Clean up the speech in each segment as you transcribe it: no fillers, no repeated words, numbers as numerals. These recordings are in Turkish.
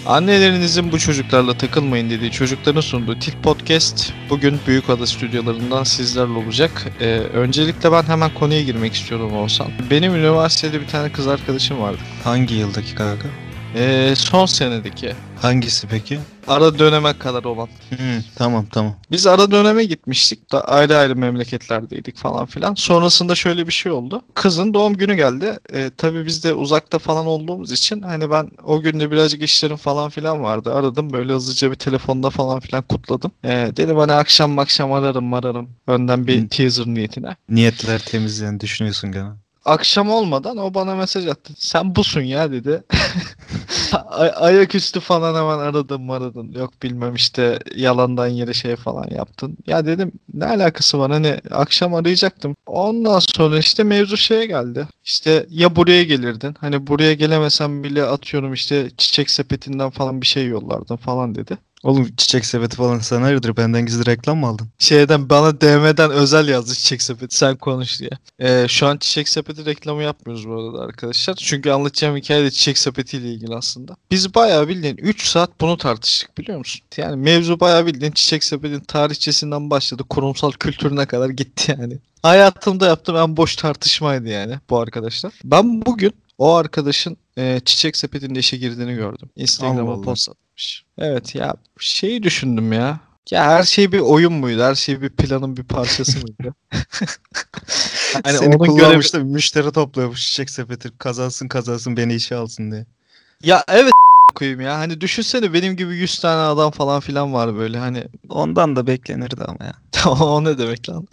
Annelerinizin bu çocuklarla takılmayın dediği çocukların sunduğu Tilt Podcast bugün Büyükada stüdyolarından sizlerle olacak. Öncelikle ben hemen konuya girmek istiyorum Oğuzhan. Benim üniversitede bir tane kız arkadaşım vardı. Hangi yıldaki kanka? Son senedeki. Hangisi peki? Ara döneme kadar olan. Tamam. Biz ara döneme gitmiştik da ayrı ayrı memleketlerdeydik falan filan. Sonrasında şöyle bir şey oldu. Kızın doğum günü geldi. Tabii biz de uzakta falan olduğumuz için hani ben o gün de birazcık işlerim falan filan vardı. Aradım böyle hızlıca bir telefonda falan filan kutladım. Dedim hani akşam ararım. Önden bir teaser niyetine. Niyetler temiz yani düşünüyorsun gene. Akşam olmadan o bana mesaj attı. Sen busun ya dedi. Ayaküstü falan hemen aradın. Yok bilmem işte yalandan yere şey falan yaptın. Ya dedim ne alakası var hani akşam arayacaktım. Ondan sonra işte mevzu şeye geldi. İşte ya buraya gelirdin. Hani buraya gelemesem bile atıyorum işte çiçek sepetinden falan bir şey yollardın falan dedi. Oğlum çiçek sepeti falan sen hayırdır benden gizli reklam mı aldın? Şeyden bana DM'den özel yazdı Çiçek Sepeti sen konuş diye. Şu an Çiçek Sepeti reklamı yapmıyoruz bu arada arkadaşlar. Çünkü anlatacağım hikaye de Çiçek Sepeti ile ilgili aslında. Biz bayağı bildiğin 3 saat bunu tartıştık biliyor musun? Yani mevzu bayağı bildiğin Çiçek Sepeti'nin tarihçesinden başladı. Kurumsal kültürüne kadar gitti yani. Hayatımda yaptığım en boş tartışmaydı yani bu arkadaşlar. Ben bugün o arkadaşın Çiçek Sepeti'nde işe girdiğini gördüm. Allah Instagram'a Allah. post atmış. Evet ya şeyi düşündüm ya. Ya her şey bir oyun muydu? Her şey bir planın bir parçası mıydı? Hani Seni onun görevi... kullanmış da müşteri topluyormuş çiçek sepeti kazansın beni işe alsın diye. Ya evet koyayım ya. Hani düşünsene benim gibi 100 tane adam falan filan var böyle. Hani Ondan da beklenirdi ama ya. o ne demek lan?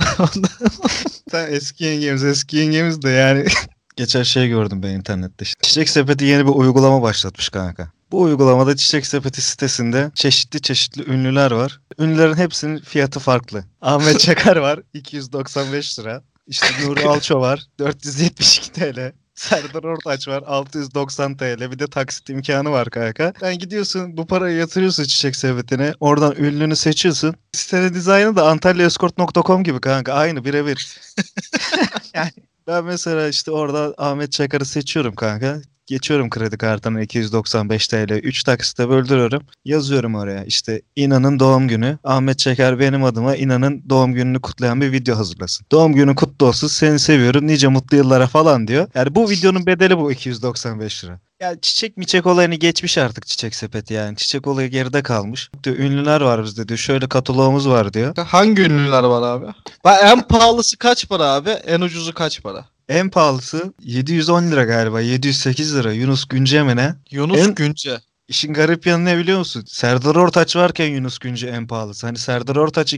Sen eski yengemiz de yani. Geçen şey gördüm ben internette işte. Çiçek Sepeti yeni bir uygulama başlatmış kanka. Bu uygulamada Çiçek Sepeti sitesinde çeşitli ünlüler var. Ünlülerin hepsinin fiyatı farklı. Ahmet Çakar var 295 lira. İşte Nuri Alço var 472 TL. Serdar Ortaç var 690 TL. Bir de taksit imkanı var kanka. Sen gidiyorsun bu parayı yatırıyorsun Çiçek Sepeti'ne. Oradan ünlünü seçiyorsun. Sitenin dizaynı da antalyaescort.com gibi kanka. Aynı birebir. Yani ben mesela işte orada Ahmet Çakar'ı seçiyorum kanka. Geçiyorum kredi kartına 295 TL. 3 taksite böldürüyorum. Yazıyorum oraya işte İnan'ın doğum günü. Ahmet Çakar benim adıma İnan'ın doğum gününü kutlayan bir video hazırlasın. Doğum günü kutlu olsun seni seviyorum nice mutlu yıllara falan diyor. Yani bu videonun bedeli bu 295 lira. Ya çiçek olayını geçmiş artık Çiçek Sepeti yani. Çiçek olayı geride kalmış. Diyor, ünlüler var bizde diyor. Şöyle kataloğumuz var diyor. Hangi ünlüler var abi? En pahalısı kaç para abi? En ucuzu kaç para? En pahalısı 710 lira galiba. 708 lira. Yunus Günce mi ne? Yunus En Günce. işin garip yanı ne biliyor musun? Serdar Ortaç varken Yunus Günce en pahalısı. Hani Serdar Ortaç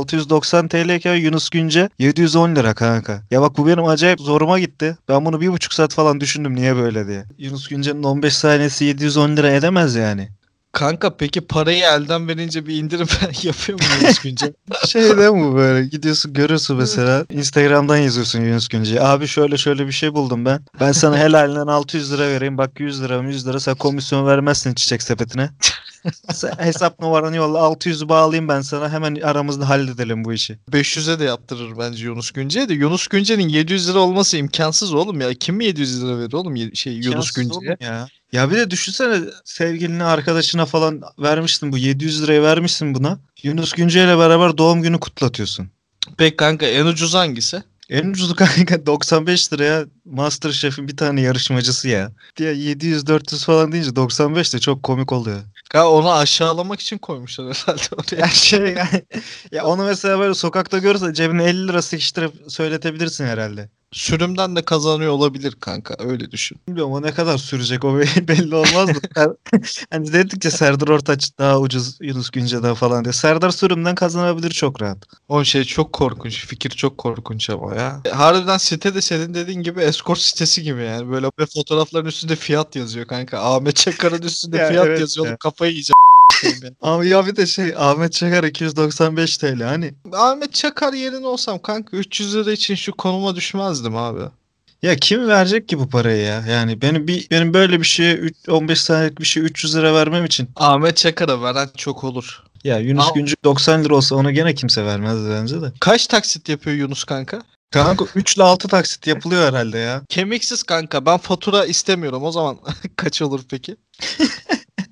690 TL iken Yunus Günce 710 lira kanka. Ya bak bu benim acayip zoruma gitti. Ben bunu 1,5 saat falan düşündüm niye böyle diye. Yunus Günce'nin 15 saniyesi 710 lira edemez yani. Kanka peki parayı elden verince bir indirim yapıyor mu Yunus Günce? Şey değil mi böyle gidiyorsun görüyorsun mesela Instagram'dan yazıyorsun Yunus Günce'ye. Abi şöyle bir şey buldum ben. Ben sana helalinden 600 lira vereyim. Bak 100 lira sen komisyon vermezsin Çiçek Sepeti'ne. Sen hesap numaranı yolla 600'ü bağlayayım ben sana hemen aramızda halledelim bu işi. 500'e de yaptırır bence Yunus Günce'ye de. Yunus Günce'nin 700 lira olması imkansız oğlum ya. Kim mi 700 lira verir oğlum Yunus İmkansız oğlum Günce'ye? ya. Ya bir de düşünsene sevgiline arkadaşına falan vermişsin bu 700 lirayı vermişsin buna. Yunus Günce ile beraber doğum günü kutlatıyorsun. Peki kanka en ucuz hangisi? En ucuzu kanka 95 liraya MasterChef'in bir tane yarışmacısı ya. Diye 700-400 falan deyince 95 de çok komik oluyor. Kanka onu aşağılamak için koymuşlar herhalde oraya. Ya şey yani, ya onu mesela böyle sokakta görürse cebine 50 lira sıkıştırıp söyletebilirsin herhalde. Sürümden de kazanıyor olabilir kanka öyle düşün. Bilmiyorum o ne kadar sürecek o belli olmaz da. Hani dedikçe Serdar Ortaç daha ucuz Yunus Günce'den falan diye. Serdar sürümden kazanabilir çok rahat. O şey çok korkunç. Fikir çok korkunç ama ya. Harbiden site de senin dediğin gibi escort sitesi gibi yani. Böyle ve fotoğrafların üstünde fiyat yazıyor kanka. Ahmet Çakar'ın üstünde Ya fiyat evet yazıyor. Oğlum ya. kafayı yiyeceğim. Ben. Ama ya bir de şey Ahmet Çakar 295 TL hani. Ahmet Çakar yerine olsam kanka 300 lira için şu konuma düşmezdim abi. Ya kim verecek ki bu parayı ya? Yani benim böyle bir şeye 15 saniyelik bir şey 300 lira vermem için. Ahmet Çakar'a veren çok olur. Ya Yunus Al. Güncü 90 lira olsa ona gene kimse vermez bence de. Kaç taksit yapıyor Yunus kanka? Kanka 3 ile 6 taksit yapılıyor herhalde ya. Kemiksiz kanka. Ben fatura istemiyorum. O zaman kaç olur peki?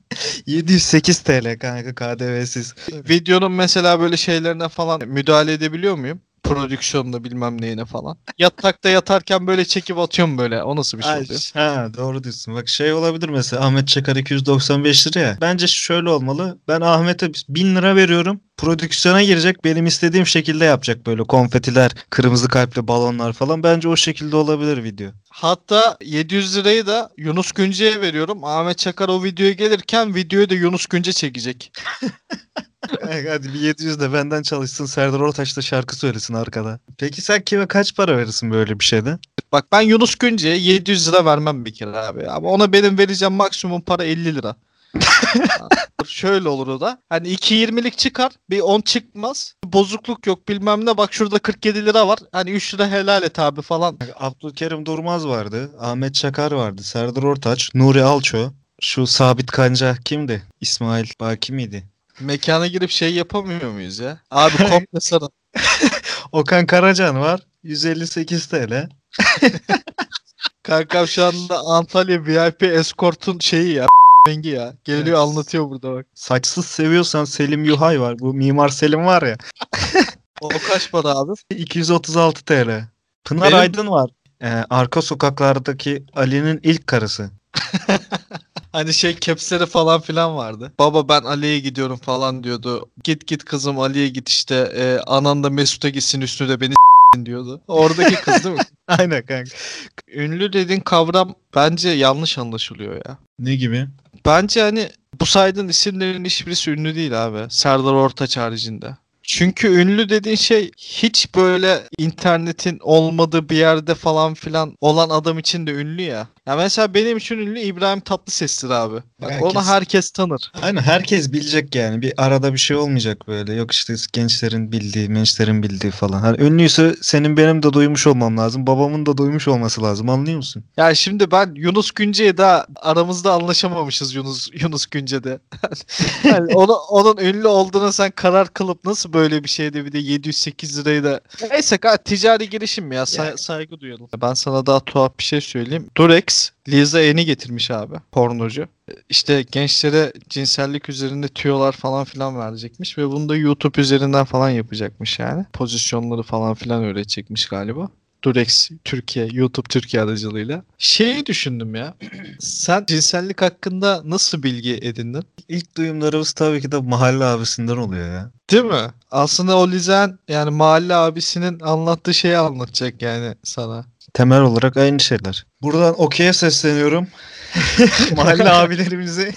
708 TL kanka KDV'siz. Videonun mesela böyle şeylerine falan müdahale edebiliyor muyum? Prodüksiyonda bilmem neyine falan. Yatakta yatarken böyle çekip atıyorum böyle. O nasıl bir şey Ay, oluyor? ha doğru diyorsun. Bak şey olabilir mesela Ahmet Çakar 295 lira ya. Bence şöyle olmalı. Ben Ahmet'e 1000 lira veriyorum. Prodüksiyona girecek. Benim istediğim şekilde yapacak böyle konfetiler, kırmızı kalpli balonlar falan. Bence o şekilde olabilir video. Hatta 700 lirayı da Yunus Günce'ye veriyorum. Ahmet Çakar o videoya gelirken videoyu da Yunus Günce çekecek. Hadi bir 700 de benden çalışsın. Serdar Ortaç da şarkı söylesin arkada. Peki sen kime kaç para verirsin böyle bir şeyde? Bak ben Yunus Günce'ye 700 lira vermem bir kere abi. Ama ona benim vereceğim maksimum para 50 lira. Şöyle olur o da. Hani 2.20'lik çıkar. Bir 10 çıkmaz. Bozukluk yok bilmem ne. Bak şurada 47 lira var. Hani 3 lira helal et abi falan. Abdülkerim Durmaz vardı. Ahmet Çakar vardı. Serdar Ortaç. Nuri Alço. Şu Sabit Kanca kimdi? İsmail Baki miydi? Mekana girip şey yapamıyor muyuz ya? Abi komple sana. Okan Karacan var. 158 TL. Kankam şu anda Antalya VIP Escort'un şeyi ya. Rengi ya. Geliyor anlatıyor burada bak. Saçsız seviyorsan Selim Yuhay var. Bu Mimar Selim var ya. O kaç para abi? 236 TL. Pınar Benim Aydın var. Arka sokaklardaki Ali'nin ilk karısı. hani şey kepsleri falan filan vardı. Baba ben Ali'ye gidiyorum falan diyordu. Git git kızım Ali'ye git işte. Anan da Mesut'a gitsin üstüne de beni diyordu. Oradaki kız değil mi? Aynen kanka. Ünlü dediğin kavram bence yanlış anlaşılıyor ya. Ne gibi? Bence hani bu saydığın isimlerin hiçbirisi ünlü değil abi. Serdar Ortaç haricinde. Çünkü ünlü dediğin şey hiç böyle internetin olmadığı bir yerde falan filan olan adam için de ünlü ya. Ya mesela benim için ünlü İbrahim Tatlıses'tir abi. Bak onu Herkes. herkes tanır. Aynen herkes bilecek yani. Bir arada bir şey olmayacak böyle. Yok işte gençlerin bildiği, gençlerin bildiği falan. Hani ünlüyse senin benim de duymuş olmam lazım. Babamın da duymuş olması lazım. Anlıyor musun? Ya şimdi ben Yunus Günce'ye daha aramızda anlaşamamışız Yunus Günce'de. Yani onun ünlü olduğuna sen karar kılıp nasıl böyle bir şeyde bir de 708 lirayı da neyse ticari girişim ya Ya. saygı duyalım. Ben sana daha tuhaf bir şey söyleyeyim. Durex Liza Eni getirmiş abi pornocu. İşte gençlere cinsellik üzerinde tüyolar falan filan verecekmiş ve bunu da YouTube üzerinden falan yapacakmış yani. Pozisyonları falan filan öğretecekmiş galiba. Durex Türkiye, YouTube Türkiye aracılığıyla. Şeyi düşündüm ya. Sen cinsellik hakkında nasıl bilgi edindin? İlk duyumlarımız tabii ki de mahalle abisinden oluyor ya. Değil mi? Aslında o Lizen yani mahalle abisinin anlattığı şeyi anlatacak yani sana. Temel olarak aynı şeyler. Buradan Okey'e sesleniyorum. Mahalle abilerimizi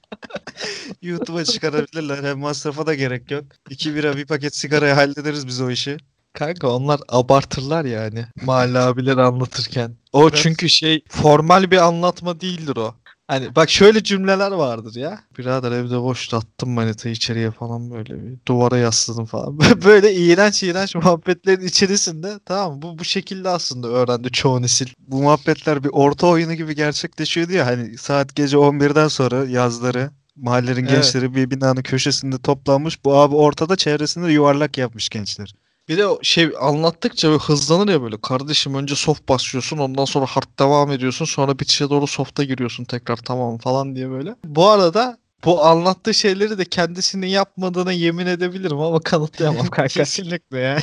YouTube'a çıkarabilirler. Hem masrafa da gerek yok. 2 bira bir paket sigaraya hallederiz biz o işi. Kanka onlar abartırlar yani mahalle abileri anlatırken. O Biraz çünkü şey formal bir anlatma değildir o. Hani bak şöyle cümleler vardır ya. Birader evde boştu attım manitayı içeriye falan böyle bir duvara yasladım falan. Böyle iğrenç iğrenç muhabbetlerin içerisinde tamam mı? Bu şekilde aslında öğrendi çoğu nesil. bu muhabbetler bir orta oyunu gibi gerçekleşiyordu ya. Hani saat gece 11'den sonra yazları mahallenin Evet. gençleri bir binanın köşesinde toplanmış. Bu abi ortada çevresinde yuvarlak yapmış gençler. Bir de o şey anlattıkça böyle hızlanır ya böyle. Kardeşim önce soft başlıyorsun ondan sonra hard devam ediyorsun sonra bitişe doğru soft'a giriyorsun tekrar tamam falan diye böyle. Bu arada bu anlattığı şeyleri de kendisinin yapmadığına yemin edebilirim ama kanıtlayamam kanka. Kesinlikle ya.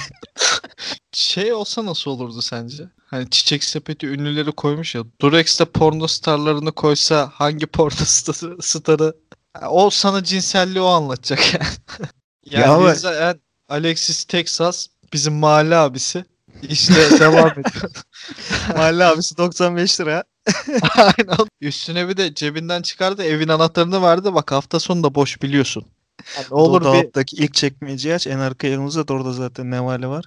Şey olsa nasıl olurdu sence? Hani Çiçek Sepeti ünlüleri koymuş ya. Durex'te porno starlarını koysa hangi porno starı? O sana cinselliği o anlatacak yani. Ya Yani ama Lisa Ann, Alexis Texas bizim mahalle abisi. İşte devam ediyor. mahalle abisi 95 lira. Aynen. Üstüne bir de cebinden çıkardı evin anahtarını verdi. Bak hafta sonu da boş biliyorsun. Yani O da o olur bir dolaptaki ilk çekmeceyi aç. En arka yanımızda da orada zaten nevale var.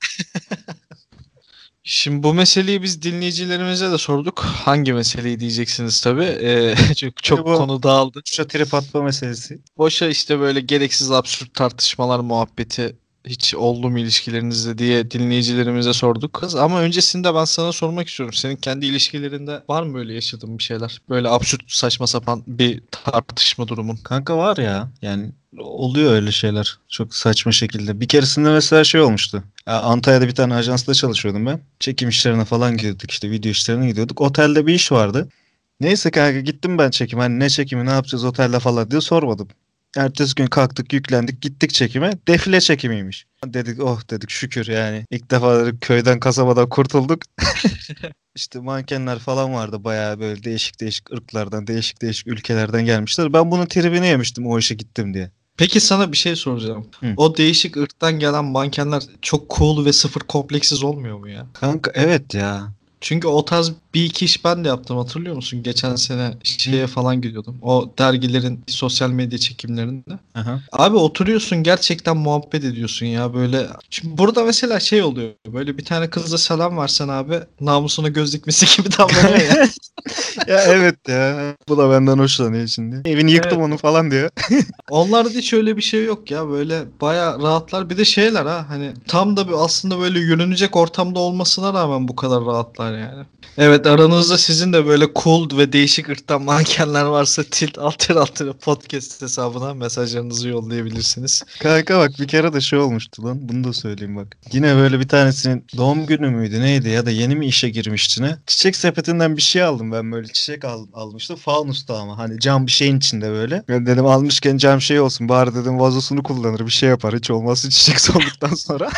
Şimdi bu meseleyi biz dinleyicilerimize de sorduk. Hangi meseleyi diyeceksiniz tabii. Çünkü İşte çok bu konu dağıldı. boşa trip atma meselesi. Boşa işte böyle gereksiz absürt tartışmalar muhabbeti hiç oldu mu ilişkilerinizde diye dinleyicilerimize sorduk. Kız ama öncesinde ben sana sormak istiyorum. Senin kendi ilişkilerinde var mı böyle yaşadığın bir şeyler? Böyle absürt saçma sapan bir tartışma durumun. Kanka var ya yani oluyor öyle şeyler çok saçma şekilde. Bir keresinde mesela şey olmuştu. Ya Antalya'da bir tane ajansla çalışıyordum ben. Çekim işlerine falan gidiyorduk işte video işlerine gidiyorduk. Otelde bir iş vardı. Neyse kanka gittim ben çekim. Hani ne çekimi ne yapacağız otelde falan diye sormadım. Ertesi gün kalktık yüklendik gittik çekime. Defile çekimiymiş. Dedik oh dedik şükür yani. İlk defa dedik köyden kasabadan kurtulduk. İşte mankenler falan vardı bayağı böyle değişik değişik ırklardan değişik değişik ülkelerden gelmişler. Ben bunun tribini yemiştim o işe gittim diye. Peki sana bir şey soracağım. Hı. O değişik ırktan gelen mankenler çok cool ve sıfır kompleksiz olmuyor mu ya? Kanka evet ya. Çünkü o tarz bir iki iş ben de yaptım, hatırlıyor musun? Geçen sene şeye falan gidiyordum. O dergilerin sosyal medya çekimlerinde. Aha. Abi oturuyorsun, gerçekten muhabbet ediyorsun ya böyle. Şimdi burada mesela şey oluyor. Böyle bir tane kızla selam versen abi, namusuna göz dikmesi gibi davranıyor ya. Ya evet ya. Bu da benden hoşlanıyor şimdi. Evini yıktım Evet. onu falan diyor. Onlarda hiç öyle bir şey yok ya, böyle baya rahatlar. Bir de şeyler ha, hani tam da aslında böyle yürünecek ortamda olmasına rağmen bu kadar rahatlar yani. Evet, aranızda sizin de böyle cool ve değişik ırktan mankenler varsa tilt altı podcast hesabına mesajlarınızı yollayabilirsiniz. Kanka bak bir kere de şey olmuştu lan. Bunu da söyleyeyim bak. Yine böyle bir tanesinin doğum günü müydü neydi ya da yeni mi işe girmişti ne? Çiçek sepetinden bir şey aldım ben böyle çiçek almıştım. Fanusta ama hani cam bir şeyin içinde böyle. Ben dedim almışken cam şey olsun bari dedim vazosunu kullanır bir şey yapar hiç olmazsa çiçek solduktan sonra.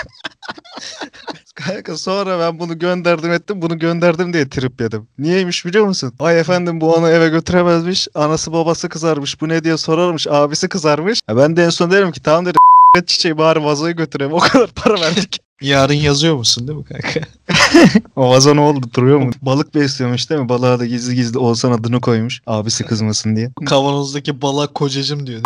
Kanka sonra ben bunu gönderdim ettim bunu gönderdim diye trip yedim. Niyeymiş biliyor musun? Ay efendim bu onu eve götüremezmiş. Anası babası kızarmış. Bu ne diye sorarmış. Abisi kızarmış. Ha ben de en son derim ki tamam derim çiçeği bari vazoyu götüreyim. O kadar para verdik. Yarın yazıyor musun değil mi kanka? O vazo ne oldu duruyor mu? Balık besliyormuş değil mi? Balığa da gizli gizli Oğuzhan adını koymuş. Abisi kızmasın diye. Kavanozdaki balığa kocacım diyor.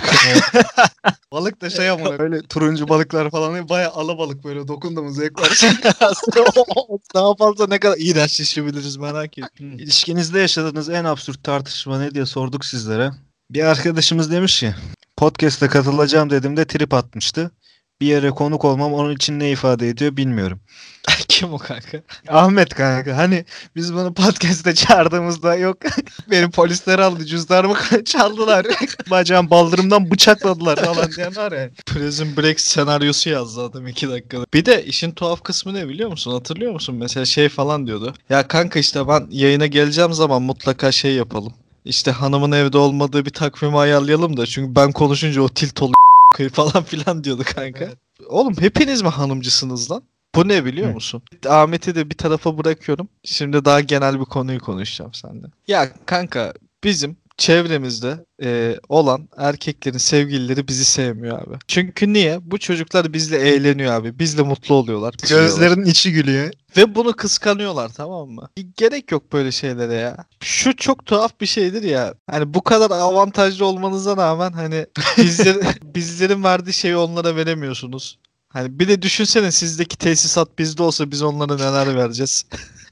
Balık da şey ama öyle turuncu balıklar falan baya alabalık böyle dokundu mu zevk var. Aslında daha fazla ne kadar iğrençleşebiliriz merak ettim. İlişkinizde yaşadığınız en absürt tartışma ne diye sorduk sizlere. Bir arkadaşımız demiş ki podcast'e katılacağım dediğimde trip atmıştı. Bir yere konuk olmam onun için ne ifade ediyor bilmiyorum. Kim o kanka? Ahmet kanka hani biz bunu podcast'e çağırdığımızda yok benim polisler aldı cüzdanımı çaldılar. Bacağım baldırımdan bıçakladılar falan diyen var ya. Prison Break senaryosu yazdı adam 2 dakikada. Bir de işin tuhaf kısmı ne biliyor musun? Hatırlıyor musun? Mesela şey falan diyordu. Ya kanka işte ben yayına geleceğim zaman mutlaka şey yapalım. İşte hanımın evde olmadığı bir takvimi ayarlayalım da. Çünkü ben konuşunca o tilt oluyor falan filan diyordu kanka. Evet. Oğlum hepiniz mi hanımcısınız lan? Bu ne biliyor Hı. musun? Ahmet'i de bir tarafa bırakıyorum. Şimdi daha genel bir konuyu konuşacağım seninle. Ya kanka, bizim çevremizde olan erkeklerin sevgilileri bizi sevmiyor abi. Çünkü niye? Bu çocuklar bizle eğleniyor abi. Bizle mutlu oluyorlar. Gözlerin içi gülüyor. Ve bunu kıskanıyorlar, tamam mı? Gerek yok böyle şeylere ya. Şu çok tuhaf bir şeydir ya. Hani bu kadar avantajlı olmanıza rağmen hani bizlerin verdiği şeyi onlara veremiyorsunuz. Hani bir de düşünsene, sizdeki tesisat bizde olsa biz onlara neler vereceğiz.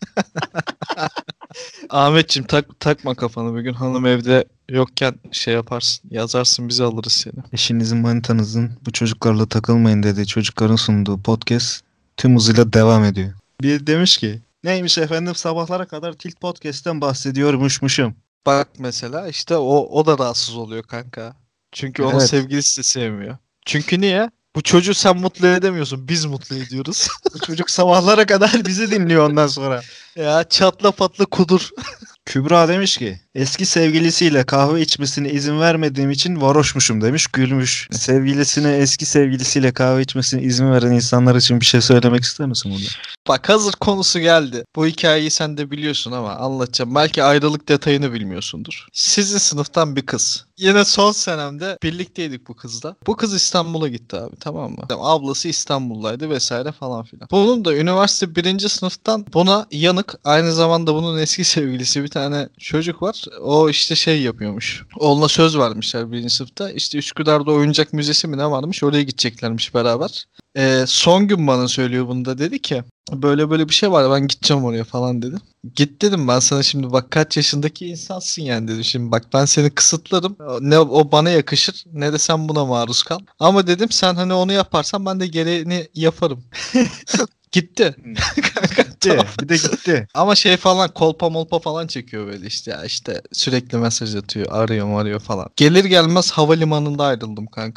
Ahmetçim takma kafanı, bir gün hanım evde yokken şey yaparsın, yazarsın, bizi alırız seni. Eşinizin manitanızın bu çocuklarla takılmayın dediği çocukların sunduğu podcast tüm hızıyla devam ediyor. Bir demiş ki neymiş efendim sabahlara kadar Tilt Podcast'ten bahsediyormuşmuşum. Bak mesela işte o da rahatsız oluyor kanka. Çünkü onun Evet. sevgilisi de sevmiyor. Çünkü niye? Bu çocuğu sen mutlu edemiyorsun. Biz mutlu ediyoruz. Bu çocuk sabahlara kadar bizi dinliyor ondan sonra. Ya çatla patla kudur. Kübra demiş ki eski sevgilisiyle kahve içmesine izin vermediğim için varoşmuşum demiş gülmüş. Sevgilisine eski sevgilisiyle kahve içmesine izin veren insanlar için bir şey söylemek ister misin burada? Bak hazır konusu geldi. Bu hikayeyi sen de biliyorsun ama anlatacağım. Belki ayrılık detayını bilmiyorsundur. Sizin sınıftan bir kız. Yine son senemde birlikteydik bu kızla. Bu kız İstanbul'a gitti abi, tamam mı? Ablası İstanbul'daydı vesaire falan filan. Bunun da üniversite birinci sınıftan buna yanık, aynı zamanda bunun eski sevgilisi bir tane çocuk var. O işte şey yapıyormuş. Onunla söz vermişler birinci sınıfta. İşte Üsküdar'da oyuncak müzesi mi ne varmış, oraya gideceklermiş beraber. Son gün bana söylüyor bunu da, dedi ki böyle böyle bir şey var, ben gideceğim oraya falan dedi. Git dedim, ben sana şimdi bak kaç yaşındaki insansın yani dedim. Şimdi bak ben seni kısıtlarım. Ne o bana yakışır ne de sen buna maruz kal. Ama dedim sen hani onu yaparsan ben de gereğini yaparım. Gitti. Gitti. Bir de gitti. Ama şey falan, kolpa molpa falan çekiyor böyle işte, ya işte sürekli mesaj atıyor, arıyor falan. Gelir gelmez havalimanında ayrıldım kanka.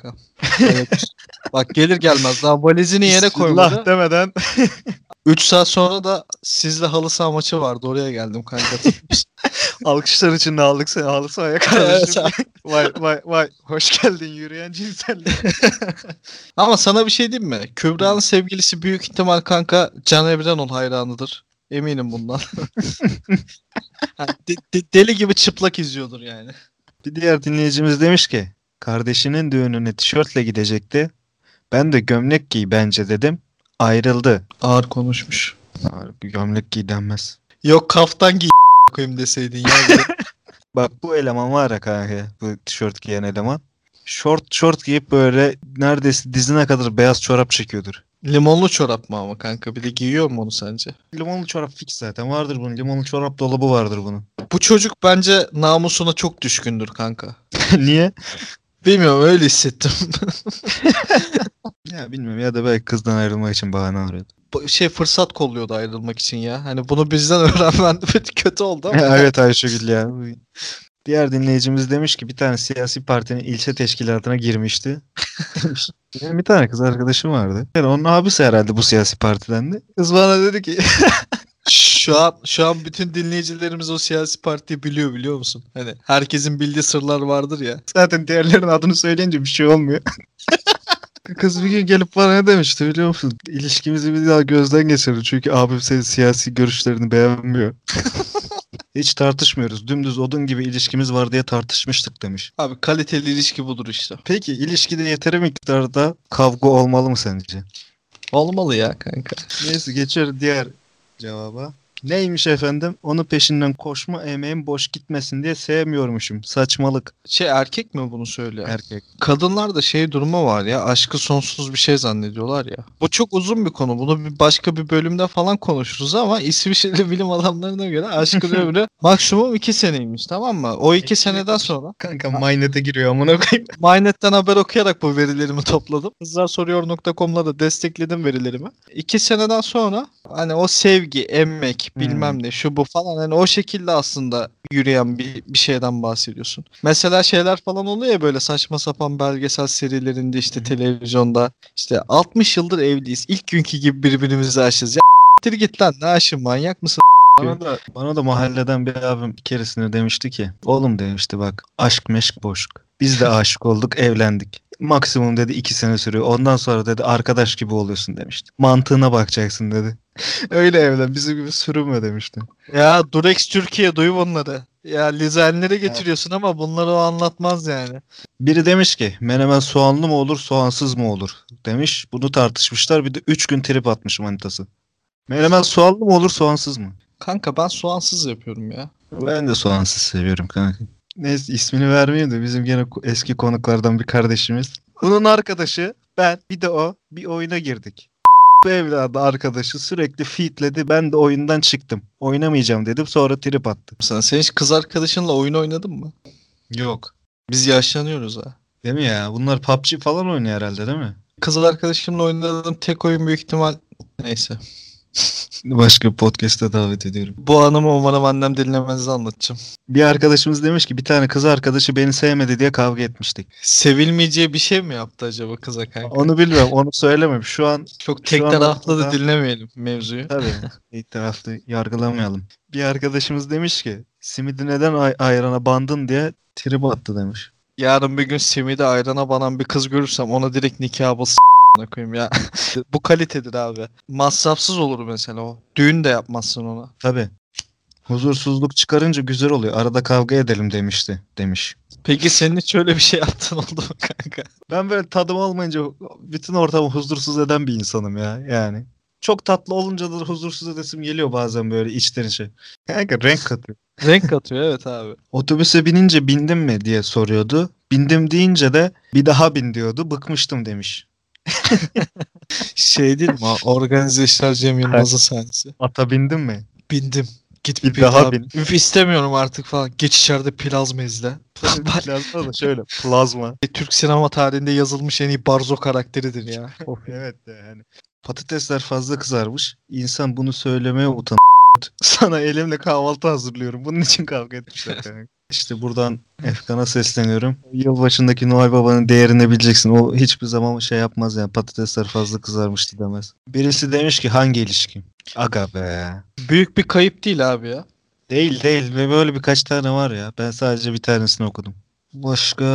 Evet. Bak gelir gelmez daha valizini yere koymadı. Bismillah demeden 3 saat sonra da sizle halı saha maçı vardı. Oraya geldim kanka. alkışlar içinde aldık seni halı sahaya Evet kardeşim. abi. Vay vay vay. Hoş geldin yürüyen cinsellik. Ama sana bir şey diyeyim mi? Kübra'nın sevgilisi büyük ihtimal kanka Can Evrenol hayranıdır. Eminim bundan. Ha, deli gibi çıplak izliyordur yani. Bir diğer dinleyicimiz demiş ki kardeşinin düğününe tişörtle gidecekti. Ben de gömlek giy bence dedim. Ayrıldı. Ağır konuşmuş. Gömlek giy denmez. Yok kaftan giy koyayım deseydin ya. Bir de. Bak bu eleman var ya kanka. Bu tişört giyen eleman. Şort giyip böyle neredeyse dizine kadar beyaz çorap çekiyordur. Limonlu çorap mı ama kanka? Bir de giyiyor mu onu sence? Limonlu çorap fix zaten. Vardır bunun. Limonlu çorap dolabı vardır bunun. Bu çocuk bence namusuna çok düşkündür kanka. Niye? Bilmiyorum öyle hissettim. Ya bilmiyorum ya da belki kızdan ayrılmak için bahane arıyordu. Fırsat kolluyordu ayrılmak için ya. Hani bunu bizden öğrenmen kötü oldu ama. Evet Ayşegül ya. Diğer dinleyicimiz demiş ki bir tane siyasi partinin ilçe teşkilatına girmişti. Benim bir tane kız arkadaşım vardı. Yani onun abisi herhalde bu siyasi partiden de. Kız bana dedi ki Şu an bütün dinleyicilerimiz o siyasi partiyi biliyor musun? Hani herkesin bildiği sırlar vardır ya. zaten diğerlerinin adını söyleyince bir şey olmuyor. Kız bir gün gelip bana ne demişti biliyor musun? İlişkimizi bir daha gözden geçirdi. Çünkü abim senin siyasi görüşlerini beğenmiyor. Hiç tartışmıyoruz. Dümdüz odun gibi ilişkimiz var diye tartışmıştık demiş. Abi kaliteli ilişki budur işte. Peki ilişkide yeteri miktarda kavga olmalı mı sence? Olmalı ya kanka. Neyse geçiyoruz diğer cevaba. Neymiş efendim? Onu peşinden koşma emeğim boş gitmesin diye sevmiyormuşum. Saçmalık. Erkek mi bunu söylüyor? Erkek. Kadınlar da durumu var ya, aşkı sonsuz bir şey zannediyorlar ya. Bu çok uzun bir konu. Bunu başka bir bölümde falan konuşuruz ama İsviçreli bilim adamlarına göre aşkın ömrü maksimum 2 seneymiş, tamam mı? O 2 seneden sonra Kanka Mynet'e giriyor amına koyayım. MyNet'ten haber okuyarak bu verilerimi topladım. Kızlarsoruyor.com'la da destekledim verilerimi. 2 seneden sonra hani o sevgi, emmek, bilmem ne, şu bu falan, hani o şekilde aslında yürüyen bir şeyden bahsediyorsun. Mesela şeyler falan oluyor ya, böyle saçma sapan belgesel serilerinde, işte televizyonda, işte 60 yıldır evliyiz, İlk günkü gibi birbirimizi aşığız. Ya git lan, ne aşığın, manyak mısın? Bana da mahalleden bir abim bir keresinde demişti ki oğlum demişti bak aşk meşk boş. Biz de aşık olduk evlendik. Maksimum dedi 2 sene sürüyor. Ondan sonra dedi arkadaş gibi oluyorsun demişti. Mantığına bakacaksın dedi. Öyle evlen bizim gibi sürünme demişti. Ya Durex Türkiye, duy bunları. Ya lizenleri getiriyorsun ama bunları o anlatmaz yani. Biri demiş ki menemen soğanlı mı olur soğansız mı olur demiş. Bunu tartışmışlar bir de 3 gün trip atmış manitası. Menemen soğanlı mı olur soğansız mı? Kanka ben soğansız yapıyorum ya. Ben de soğansız seviyorum kanka. Neyse ismini vermeyeyim de bizim gene eski konuklardan bir kardeşimiz. Bunun arkadaşı ben bir de o bir oyuna girdik. Bu evladı arkadaşı sürekli feedledi ben de oyundan çıktım. Oynamayacağım dedim sonra trip attı. Sen hiç kız arkadaşınla oyun oynadın mı? Yok. Biz yaşlanıyoruz ha. Değil mi ya? Bunlar PUBG falan oynuyor herhalde değil mi? Kız arkadaşımla oynadığım tek oyun büyük ihtimal... Neyse. Başka bir podcast'e davet ediyorum. Bu anımı umarım annem dinlemez de anlatacağım. Bir arkadaşımız demiş ki bir tane kız arkadaşı beni sevmedi diye kavga etmiştik. Sevilmeyeceği bir şey mi yaptı acaba kıza kanka? Onu bilmiyorum onu söylemem. Şu Çok tek an taraflı da ortada- dinlemeyelim mevzuyu. Tabii. İlk tarafta yargılamayalım. Bir arkadaşımız demiş ki simidi neden ayrana bandın diye trip attı demiş. Yarın bir gün simide ayrana banan bir kız görürsem ona direkt nikah bas koyayım ya. Bu kalitedir abi. Masrafsız olur mesela o. Düğün de yapmazsın ona. Tabii. Huzursuzluk çıkarınca güzel oluyor. Arada kavga edelim demişti demiş. Peki senin hiç öyle bir şey yaptın oldu mu kanka? Ben böyle tadım olmayınca bütün ortamı huzursuz eden bir insanım ya yani. Çok tatlı olunca da huzursuz edesim geliyor bazen böyle içten içe. Kanka renk katıyor. Renk katıyor, evet abi. Otobüse binince bindim mi diye soruyordu. Bindim deyince de bir daha bin diyordu. Bıkmıştım demiş. Şey değil mi? Organize İşler Cem Yılmaz'ın sahnesi. Ata bindin mi? Bindim. Git Bir bir daha daha bin. Üf, istemiyorum artık falan. Geç içeride plazma izle. Plazma da şöyle plazma. Türk sinema tarihinde yazılmış en iyi Barzo karakteridir ya. Of. Evet yani. Patatesler fazla kızarmış. İnsan bunu söylemeye utanıyor. Sana elimle kahvaltı hazırlıyorum. Bunun için kavga etmişler. Yani. İşte buradan Efkan'a sesleniyorum. Yılbaşındaki Noel Baba'nın değerini bileceksin. O hiçbir zaman şey yapmaz yani, patatesler fazla kızarmıştı demez. Birisi demiş ki hangi ilişki? Aga be. Büyük bir kayıp değil abi ya. Değil değil ve böyle birkaç tane var ya. Ben sadece bir tanesini okudum. Başka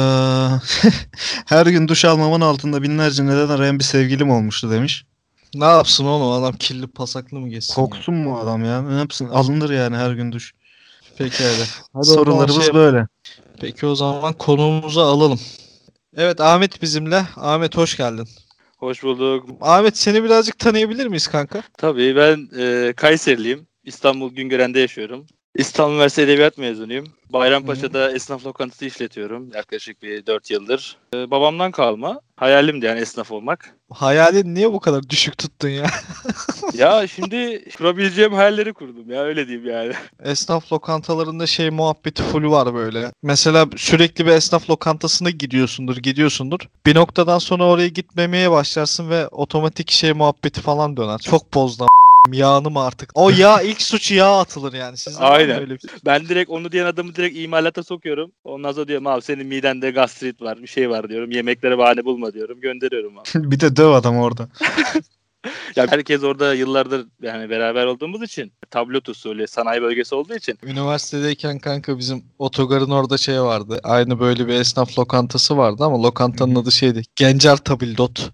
her gün duş almamın altında binlerce neden arayan bir sevgilim olmuştu demiş. Ne yapsın oğlum, adam kirli pasaklı mı geçsin ya? Koksun mu adam ya? Ne yapsın? Alınır yani her gün duş. Peki hadi. Hadi o zaman Sorularımız böyle. Peki o zaman konuğumuzu alalım. Evet, Ahmet bizimle. Ahmet hoş geldin. Hoş bulduk. Ahmet, seni birazcık tanıyabilir miyiz kanka? Tabii ben Kayseriliyim. İstanbul Güngören'de yaşıyorum. İstanbul Üniversitesi Edebiyat mezunuyum. Bayrampaşa'da esnaf lokantası işletiyorum yaklaşık bir 4 yıldır. Babamdan kalma. Hayalimdi yani esnaf olmak. Hayalin niye bu kadar düşük tuttun ya? Ya şimdi kurabileceğim hayalleri kurdum ya, öyle diyeyim yani. Esnaf lokantalarında şey muhabbeti full var böyle. Mesela sürekli bir esnaf lokantasına gidiyorsundur. Bir noktadan sonra oraya gitmemeye başlarsın ve otomatik şey muhabbeti falan döner. Çok bozdu yağını mı artık? O yağ, ilk suç yağ atılır yani. Sizde var mı Aynen. öyle bir şey? Ben direkt onu diyen adamı direkt imalata sokuyorum. Ondan sonra diyorum abi senin midende gastrit var, bir şey var diyorum. Yemeklere bahane bulma diyorum. Gönderiyorum abi. Bir de döv adam orada. Ya herkes orada yıllardır yani beraber olduğumuz için, tablot usulü sanayi bölgesi olduğu için. Üniversitedeyken kanka bizim otogarın orada şey vardı. Aynı böyle bir esnaf lokantası vardı ama lokantanın adı şeydi. Gencer Tabildot.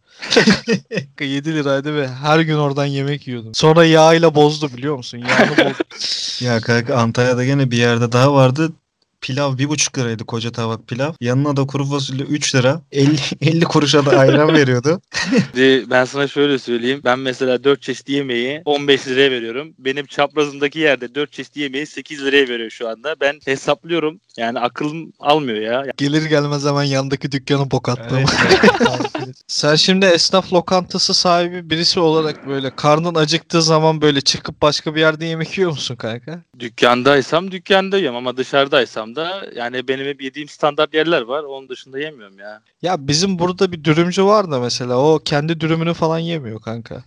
7 liraydı ve her gün oradan yemek yiyordum. Sonra yağıyla bozdu, biliyor musun? Yağını bozdu. Ya kanka Antalya'da gene bir yerde daha vardı. Pilav 1,5 liraydı, koca tabak pilav. Yanına da kuru fasulye 3 lira. 50 kuruşa da ayran veriyordu. Şimdi ben sana şöyle söyleyeyim. Ben mesela 4 çeşit yemeği 15 liraya veriyorum. Benim çaprazımdaki yerde 4 çeşit yemeği 8 liraya veriyor şu anda. Ben hesaplıyorum. Yani aklım almıyor ya. Gelir gelmez hemen yandaki dükkanı bok attım. Evet. Sen şimdi esnaf lokantası sahibi birisi olarak böyle karnın acıktığı zaman böyle çıkıp başka bir yerde yemek yiyor musun kanka? Dükkandaysam dükkandayım ama dışarıdaysam da yani benim hep yediğim standart yerler var. Onun dışında yemiyorum ya. Ya bizim burada bir dürümcü var da mesela o kendi dürümünü falan yemiyor kanka.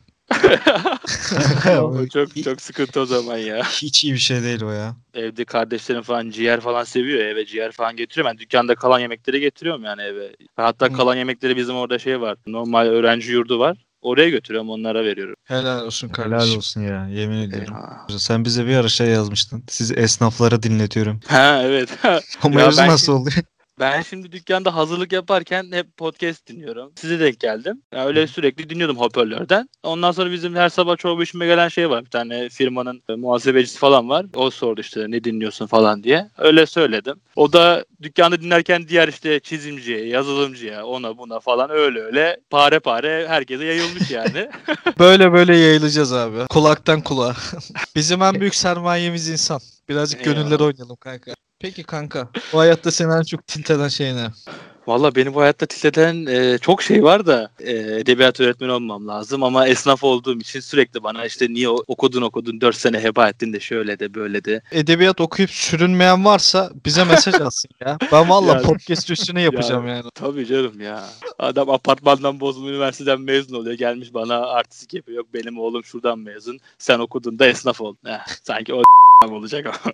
O çok çok sıkıntı o zaman ya. Hiç iyi bir şey değil o ya. Evde kardeşlerim falan ciğer falan seviyor, eve ciğer falan getiriyorum. Ben dükkanda kalan yemekleri getiriyorum yani eve. Hatta kalan yemekleri bizim orada şey var. Normal öğrenci yurdu var. Oraya götürüyorum, onlara veriyorum. Helal olsun Helal kardeşim. olsun ya, yemin ediyorum. Ya. Sen bize bir ara şey yazmıştın. Sizi esnaflara dinletiyorum. Ha evet. O Ya mevzu ben nasıl oluyor? Ben şimdi dükkanda hazırlık yaparken hep podcast dinliyorum. Size denk geldim. Yani öyle sürekli dinliyordum hoparlörden. Ondan sonra bizim her sabah çorba içime gelen şey var. Bir tane firmanın muhasebecisi falan var. O sordu işte ne dinliyorsun falan diye. Öyle söyledim. O da dükkanda dinlerken diğer işte çizimciye, yazılımcıya, ona buna falan öyle pare pare herkese yayılmış yani. Böyle böyle yayılacağız abi. Kulaktan kulağa. Bizim en büyük sermayemiz insan. Birazcık gönüller Eyvallah. oynayalım kanka. Peki kanka, bu hayatta seni en çok tilt eden şey ne? Valla benim bu hayatta titreten çok şey var da edebiyat öğretmeni olmam lazım ama esnaf olduğum için sürekli bana işte niye okudun 4 sene heba ettin de şöyle de böyle de. Edebiyat okuyup sürünmeyen varsa bize mesaj atsın ya. Ben valla Ya- podcast üstüne yapacağım Ya, yani. tabii canım ya. Adam apartmandan bozma üniversiteden mezun oluyor. Gelmiş bana artistik yapıyor. Yok benim oğlum şuradan mezun. Sen okudun da esnaf ol. Sanki o olacak ama.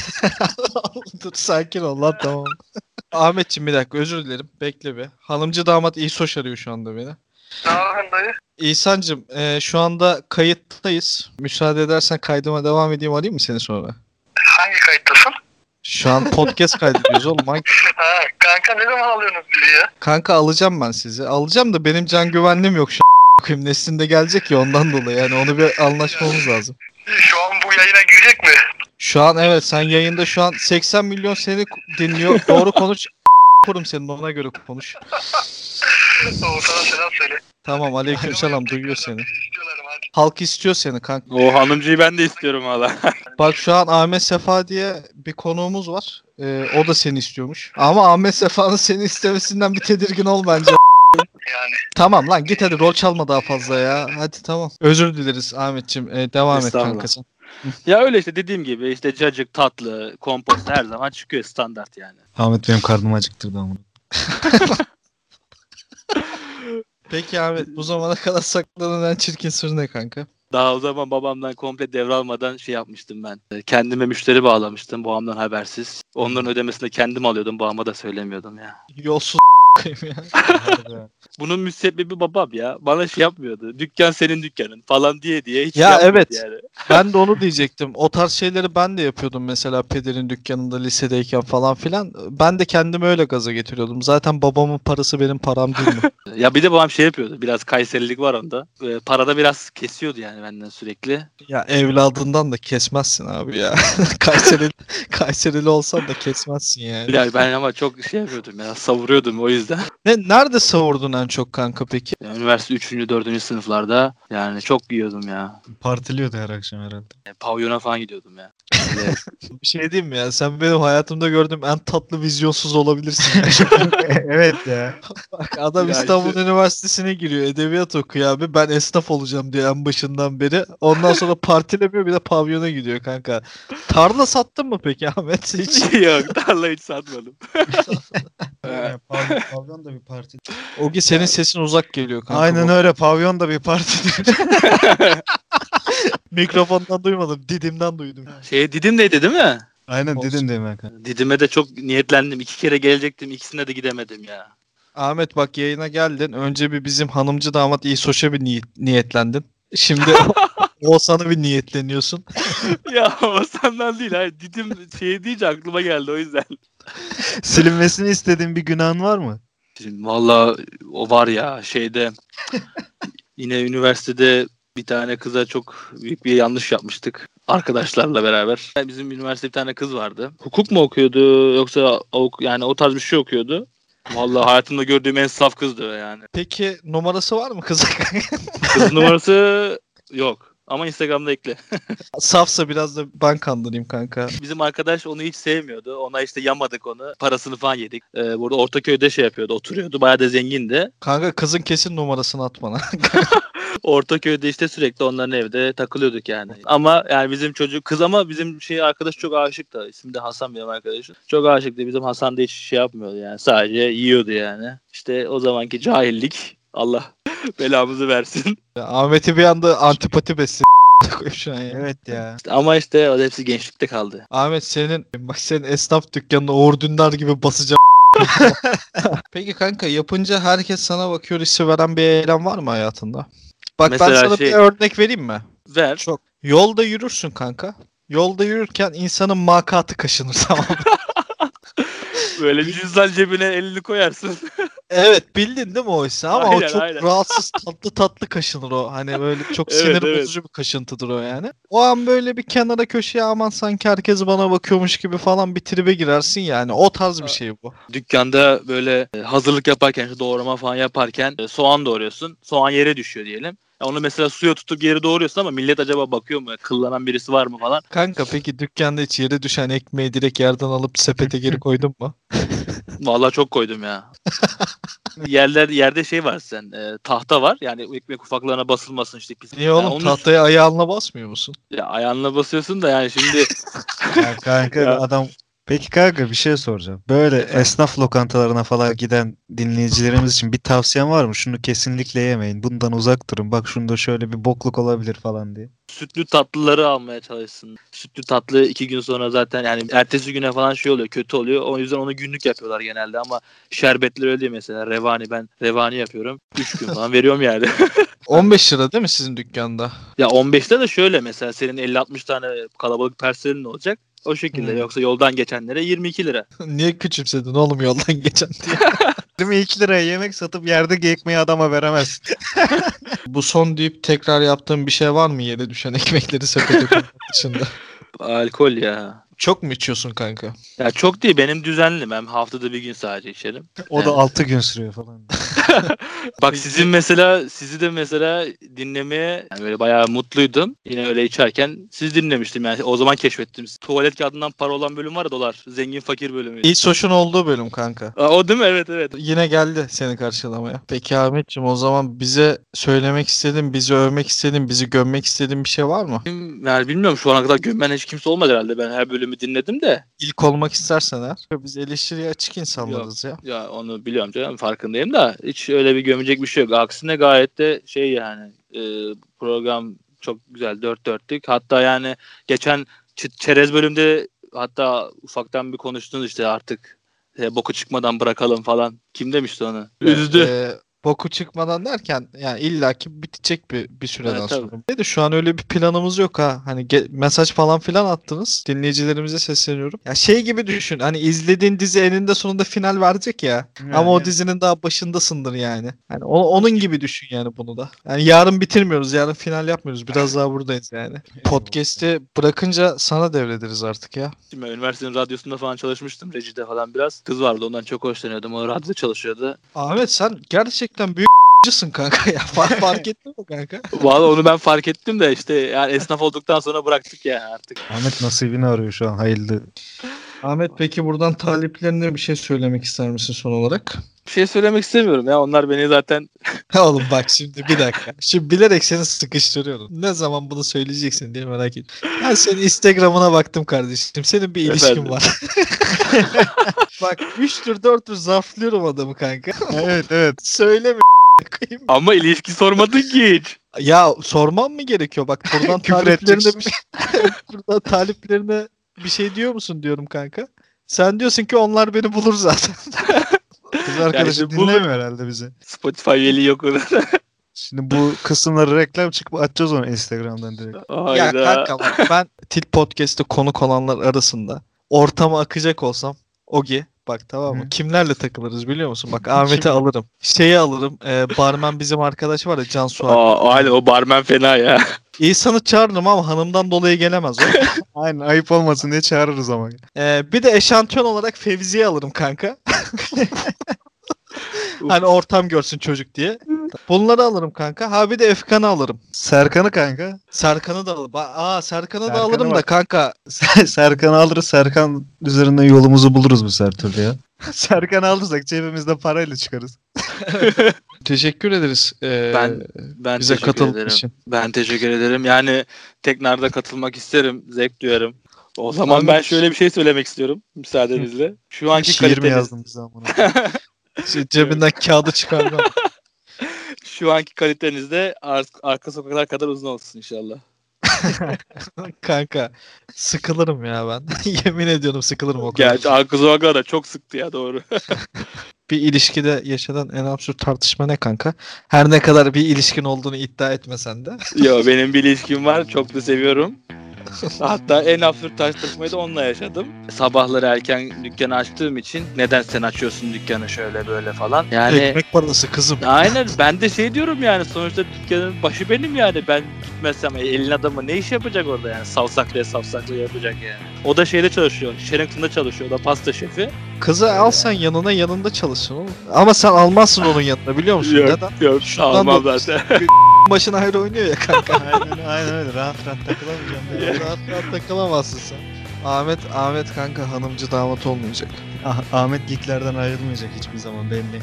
Dur sakin ol lan, tamam. Ahmetciğim bir dakika, özür dilerim. Bekle bir. Hanımcı damat İsoş arıyor şu anda beni. Ne yapıyorsun dayı? İhsan'cığım şu anda kayıttayız. Müsaade edersen kaydıma devam edeyim, arayayım mı seni sonra? Hangi kayıttasın? Şu an podcast kaydediyoruz oğlum. Ha, kanka ne zaman alıyorsunuz bizi ya? Kanka alacağım ben sizi. Alacağım da benim can güvenliğim yok şu an. Neslin de gelecek ya, ondan dolayı. Yani onu bir anlaşmamız lazım. Şu an bu yayına girecek mi? Şu an evet, sen yayında şu an 80 milyon seni dinliyor. Doğru konuş. Kurum senin, ona göre konuş. Oğuzhan'a selam söyle. Tamam, aleykümselam, duyuyor seni. İstiyorlar hadi. Halk istiyor seni kanka. O hanımcıyı ben de istiyorum valla. Bak şu an Ahmet Sefa diye bir konuğumuz var. O da seni istiyormuş. Ama Ahmet Sefa'nın seni istemesinden bir tedirgin ol bence. Yani Tamam lan, git hadi, rol çalma daha fazla ya. Hadi tamam. Özür dileriz Ahmetciğim. Devam et Estağfurullah. kanka sen. Ya öyle işte dediğim gibi işte cacık, tatlı, kompost her zaman çıkıyor standart yani. Ahmet benim karnım acıktırdı ama. Peki Ahmet, bu zamana kadar saklanan en çirkin sır ne kanka? Daha o zaman babamdan komple devralmadan şey yapmıştım ben. Kendime müşteri bağlamıştım babamdan habersiz. Onların ödemesini de kendim alıyordum. Babama da söylemiyordum ya. Yolsuz ya. Bunun müsebbibi babam ya. Bana şey yapmıyordu. Dükkan senin dükkanın falan diye hiç Ya yapmıyordu evet. yani. Ben de onu diyecektim. O tarz şeyleri ben de yapıyordum mesela pederin dükkanında lisedeyken falan filan. Ben de kendimi öyle gaza getiriyordum. Zaten babamın parası benim param değil mi? Ya bir de babam şey yapıyordu. Biraz Kayserilik var onda. Parada biraz kesiyordu yani benden sürekli. Ya evladından da kesmezsin abi ya. Kayserili olsan da kesmezsin yani. Ya ben ama çok şey yapıyordum ya. Savuruyordum o yüzden. Nerede savurdun en çok kanka peki? Yani üniversite 3. 4. sınıflarda yani çok yiyordum ya. Partiliyordu her akşam herhalde. Pavyona falan gidiyordum ya. Öyle. Bir şey diyeyim mi ya? Sen benim hayatımda gördüğüm en tatlı vizyonsuz olabilirsin. Evet ya. Bak adam Ya İstanbul işte- Üniversitesi'ne giriyor. Edebiyat okuyor abi. Ben esnaf olacağım diyor en başından beri. Ondan sonra partilemiyor bir de pavyona gidiyor kanka. Tarla sattın mı peki Ahmet hiç? Yok tarla hiç satmadım. Yani pavyon da bir parti. Ogi senin sesin uzak geliyor kanka. Aynen Bu- öyle, pavyon da bir partidir. Mikrofondan duymadım. Didimden duydum. Didim'deydi değil mi? Aynen Olsun. dedim demek. Didim'e de çok niyetlendim. 2 kere gelecektim. İkisine de gidemedim ya. Ahmet bak yayına geldin. Önce bir bizim hanımcı damat İsoş'a bir niyetlendin. Şimdi Oğuzhan'a bir niyetleniyorsun. Ya o senden değil. Hayır. Didim deyince aklıma geldi o yüzden. Silinmesini istediğin bir günahın var mı? Şimdi valla o var ya yine üniversitede bir tane kıza çok büyük bir yanlış yapmıştık arkadaşlarla beraber. Bizim üniversitede bir tane kız vardı. Hukuk mu okuyordu yoksa yani o tarz bir şey okuyordu. Vallahi hayatımda gördüğüm en saf kızdı o yani. Peki numarası var mı kızın? Kızın numarası yok. Ama Instagram'da ekle. Safsa biraz da ben kandırayım kanka. Bizim arkadaş onu hiç sevmiyordu. Ona işte yamadık onu. Parasını falan yedik. Burada Ortaköy'de şey yapıyordu. Oturuyordu. Bayağı da zengindi. Kanka kızın kesin numarasını at bana. Ortaköy'de işte sürekli onların evde takılıyorduk yani. Ama yani bizim çocuk kız ama bizim arkadaş çok aşık da. İsmi de Hasan benim arkadaşım. Çok aşıktı. Bizim Hasan da hiç şey yapmıyordu yani. Sadece yiyordu yani. İşte o zamanki cahillik. Allah belamızı versin. Ahmet'i bir anda antipati besledi şu an ya. Evet ya. Ama işte o da hepsi gençlikte kaldı. Ahmet senin esnaf dükkanına Uğur Dündar gibi basacağım. Peki kanka yapınca herkes sana bakıyor hissi veren bir eylem var mı hayatında? Bak ben Mesela sana bir örnek vereyim mi? Ver. Çok. Yolda yürürsün kanka. Yolda yürürken insanın makatı kaşınır tamam mı? Böyle cüzdan cebine elini koyarsın. Evet bildin değil mi o hissi ama o Aynen, çok aynen. rahatsız tatlı kaşınır o. Hani böyle çok Evet, sinir evet. bozucu bir kaşıntıdır o yani. O an böyle bir kenara köşeye aman sanki herkes bana bakıyormuş gibi falan bir tribe girersin yani. O tarz bir şey bu. Dükkanda böyle hazırlık yaparken işte doğrama falan yaparken soğan doğruyorsun. Soğan yere düşüyor diyelim. Onu mesela suya tutup geri doğruyorsun ama millet acaba bakıyor mu? Kıllanan birisi var mı falan. Kanka peki dükkanda hiç yere düşen ekmeği direkt yerden alıp sepete geri koydun mu? Vallahi çok koydum ya. Yerde şey var tahta var. Yani ekmek ufaklarına basılmasın işte pis. Niye oğlum Yani onun tahtaya ayağınla basmıyor musun? ya ayağına basıyorsun da yani şimdi Ya kanka Ya. adam... Peki kanka bir şey soracağım. Böyle esnaf lokantalarına falan giden dinleyicilerimiz için bir tavsiyen var mı? Şunu kesinlikle yemeyin. Bundan uzak durun. Bak şunda şöyle bir bokluk olabilir falan diye. sütlü tatlıları almaya çalışsın. Sütlü tatlı 2 gün sonra zaten yani ertesi güne falan şey oluyor, kötü oluyor. O yüzden onu günlük yapıyorlar genelde ama şerbetler öyle değil mesela. Ben revani yapıyorum. 3 gün falan veriyorum yani. 15 lira değil mi sizin dükkanda? Ya 15'te de şöyle mesela senin 50-60 tane kalabalık personelin olacak. O şekilde Hmm. yoksa yoldan geçenlere 22 lira. Niye küçümsedin oğlum yoldan geçen diye? 22 liraya yemek satıp yerdeki ekmeği adama veremezsin. Bu son deyip tekrar yaptığın bir şey var mı yere düşen ekmekleri sepete koymak dışında? Alkol ya. Çok mu içiyorsun kanka? Ya çok değil benim düzenli. Ben haftada bir gün sadece içerim. O da Evet. 6 gün sürüyor falan. Bak sizi de mesela dinlemeye yani böyle bayağı mutluydum. Yine öyle içerken siz dinlemiştim yani o zaman keşfettim. Tuvalet kağıdından para olan bölüm var ya dolar. Zengin fakir bölümü. İsoş'un olduğu bölüm kanka. O değil mi? Evet evet. Yine geldi seni karşılamaya. Peki Ahmetciğim o zaman bize söylemek istediğin, bizi övmek istediğin, bizi gömmek istediğin bir şey var mı? Yani bilmiyorum şu ana kadar gömmen hiç kimse olmadı herhalde. Ben her bölümü dinledim de. İlk olmak istersen eğer. Biz eleştiriye açık insanlarız ya. Ya onu biliyorum canım farkındayım da hiç öyle bir gömecek bir şey yok. Aksine gayet de şey yani program Çok güzel, dört dörtlük. Hatta yani geçen çerez bölümde hatta ufaktan bir konuştunuz işte artık boku çıkmadan bırakalım falan. Kim demişti onu? Üzdü. Boku çıkmadan derken yani illaki bitecek bir süreden Evet, tabii. sonra. Bir de şu an öyle bir planımız yok ha. Hani mesaj falan filan attınız. Dinleyicilerimize sesleniyorum. Ya şey gibi düşün. Hani izlediğin dizi eninde sonunda final verecek ya. Ama o dizinin daha başındasındır yani. Hani onun gibi düşün yani bunu da. Yani yarın bitirmiyoruz. Yarın final yapmıyoruz. Biraz daha buradayız yani. Podcast'i bırakınca sana devrederiz artık ya. Şimdi ben üniversitenin radyosunda falan çalışmıştım. Rejide falan biraz. Kız vardı, ondan çok hoşlanıyordum. O radyoda çalışıyordu. Ahmet sen gerçekten büyük cısın kanka ya. Fark ettin mi kanka? Vallahi onu ben fark ettim de işte yani esnaf olduktan sonra bıraktık ya artık. Ahmet nasibini arıyor şu an. Hayırlı. Ahmet peki buradan taliplerine bir şey söylemek ister misin son olarak? Bir şey söylemek istemiyorum ya. Onlar beni zaten Oğlum bak şimdi bir dakika. Şimdi bilerek seni sıkıştırıyorum. Ne zaman bunu söyleyeceksin diye merak ettim. Ben senin Instagram'ına baktım kardeşim. Senin bir ilişkin Efendim? var. Bak 4 tür zarflıyorum adamı kanka. Evet. Söyleme koyayım. ama ilişki sormadın ki hiç. Ya sormam mı gerekiyor? Bak buradan Küfür taliplerine edeceksin. buradan taliplerine bir şey diyor musun diyorum kanka. Sen diyorsun ki onlar beni bulur zaten. Kız arkadaşı işte bu- dinlemiyor herhalde bizi. Spotify üyeliği yok orada. Şimdi bu kısımları reklam çıkıp açacağız onu Instagram'dan direkt. Ya Hayda. kanka bak ben Tilt Podcast'te konuk olanlar arasında ortama akacak olsam Ogi bak tamam mı? Hı. Kimlerle takılırız biliyor musun? Bak Ahmet'i alırım. Şeyi alırım. Barmen bizim arkadaş var ya Cansu abi. Aynen, o barmen fena ya. İhsan'ı çağırırım ama hanımdan dolayı gelemez o. Aynen ayıp olmasın diye çağırırız ama. Bir de eşantiyon olarak Fevzi'yi alırım kanka. Hani ortam görsün çocuk diye. Bunları alırım kanka. Ha bir de Efkan'ı alırım. Serkan'ı kanka. Serkan'ı da alırım. Serkan'ı da Serkan'ı alırım da bak. kanka. Serkan'ı alırız. Serkan üzerinden yolumuzu buluruz bu her türlü ya. Serkan'ı alırsak cebimizde parayla çıkarız. Teşekkür ederiz. Ben bize teşekkür katıldığın ederim. için. Ben teşekkür ederim. Yani Teknar'da katılmak isterim. Zevk duyarım. O zaman Ahmet- ben şöyle bir şey söylemek istiyorum müsaadenizle. Şu anki Şiir mi kaliteniz, yazdın bize amına? Cebinden kağıdı çıkardım. şu anki kalitenizde arka sokaklar kadar uzun olsun inşallah. Kanka sıkılırım ya ben. Yemin ediyorum sıkılırım o kadar. Gerçi arka sokaklar da çok sıktı ya, doğru. Bir ilişkide yaşanan en absürt tartışma ne kanka? Her ne kadar bir ilişkin olduğunu iddia etmesen de. Yo, benim bir ilişkim var. Çok da seviyorum. Hatta en absürt tartışmayı da onunla yaşadım. Sabahları erken dükkanı açtığım için neden sen açıyorsun dükkanı şöyle böyle falan. Yani Ekmek parası kızım. aynen, ben de şey diyorum yani, sonuçta dükkanın başı benim yani. Ben gitmezsem elin adamı ne iş yapacak orada yani, savsaklıya yapacak yani. O da şeyde çalışıyor, Sheraton'da çalışıyor, o da pasta şefi. Kızı alsan yanında çalışsın oğlum. Ama sen almazsın onun yanına biliyor musun? Neden? Yok, Şundan almam dolayı. zaten. Başına ayrı oynuyor ya kanka. aynen öyle. Rahat takılamayacağım. ya. Rahat takılamazsın sen. Ahmet kanka hanımcı damat olmayacak. Ahmet geeklerden ayrılmayacak hiçbir zaman belli.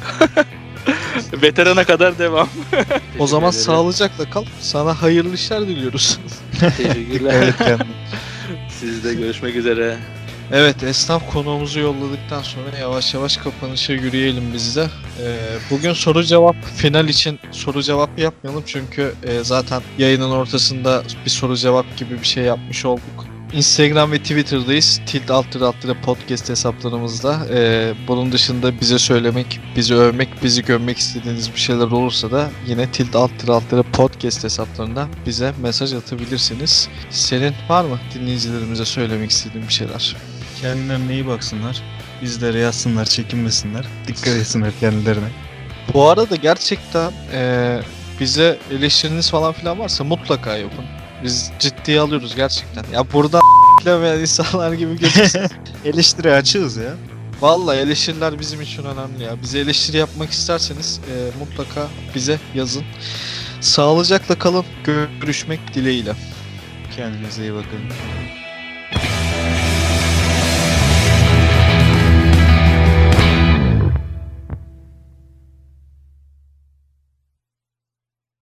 Veterana kadar devam. O zaman Teşekkür ederim. sağlıcakla kal. Sana hayırlı işler diliyoruz. Teşekkürler. Evet kendine. Siz de görüşmek üzere. Evet, esnaf konuğumuzu yolladıktan sonra yavaş yavaş kapanışa yürüyelim biz de. Bugün soru cevap final için soru cevap yapmayalım çünkü zaten yayının ortasında bir soru cevap gibi bir şey yapmış olduk. Instagram ve Twitter'dayız. Tilt_podcast hesaplarımızda. Bunun dışında bize söylemek, bizi övmek, bizi gömmek istediğiniz bir şeyler olursa da yine Tilt_podcast hesaplarından bize mesaj atabilirsiniz. Senin var mı dinleyicilerimize söylemek istediğin bir şeyler? Kendilerine iyi baksınlar. Bizlere yazsınlar, çekinmesinler. Dikkat etsinler kendilerine. Bu arada gerçekten bize eleştiriniz falan filan varsa mutlaka yapın. Biz ciddiye alıyoruz gerçekten. Ya buradan bilemeyen insanlar gibi gözüküyor. Eleştiri açığız ya. Vallahi eleştiriler bizim için önemli ya. Bize eleştiri yapmak isterseniz mutlaka bize yazın. Sağlıcakla kalın. Görüşmek dileğiyle. Kendinize iyi bakın.